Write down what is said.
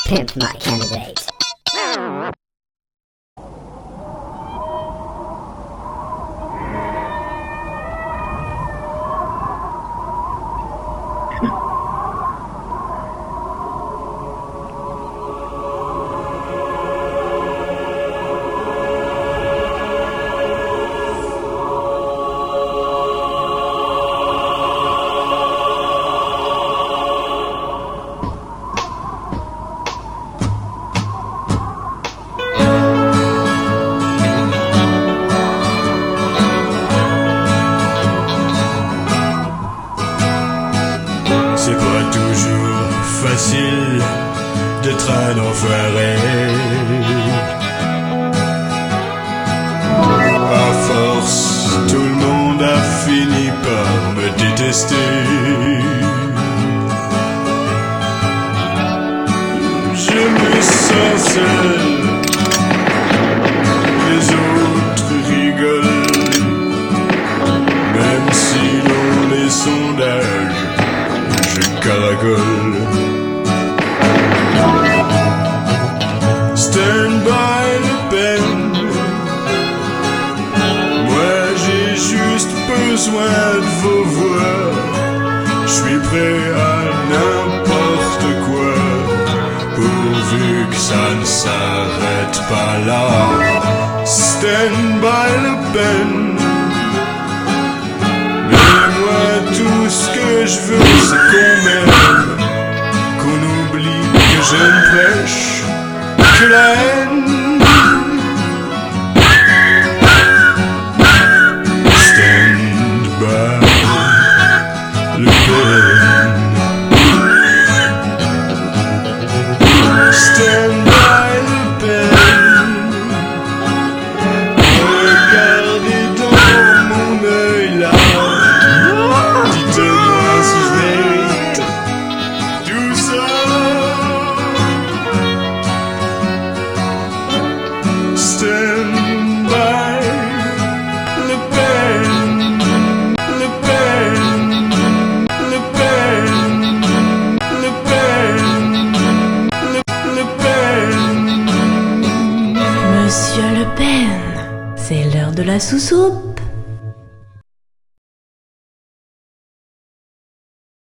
Pimp my candidate. C'est pas toujours facile d'être un enfoiré. À force, tout le monde a fini par me détester. Je me sens seul, les autres rigolent, même si dans les sondages je caracole. Stand by Le Pen, moi j'ai juste besoin de vos voix. Je suis prêt à n'importe quoi, pourvu que ça ne s'arrête pas là. Stand by Le Pen, tout ce que je veux, c'est qu'on m'aime, qu'on oublie que je ne prêche que la haine. Stand by Le Pen. Stand by Le Pen. Regardez dans mon œil là. Stand by Le Pen, Le Pen, Le Pen, Le Pen, Le Pen. Monsieur Le Pen, c'est l'heure de la sous-soupe.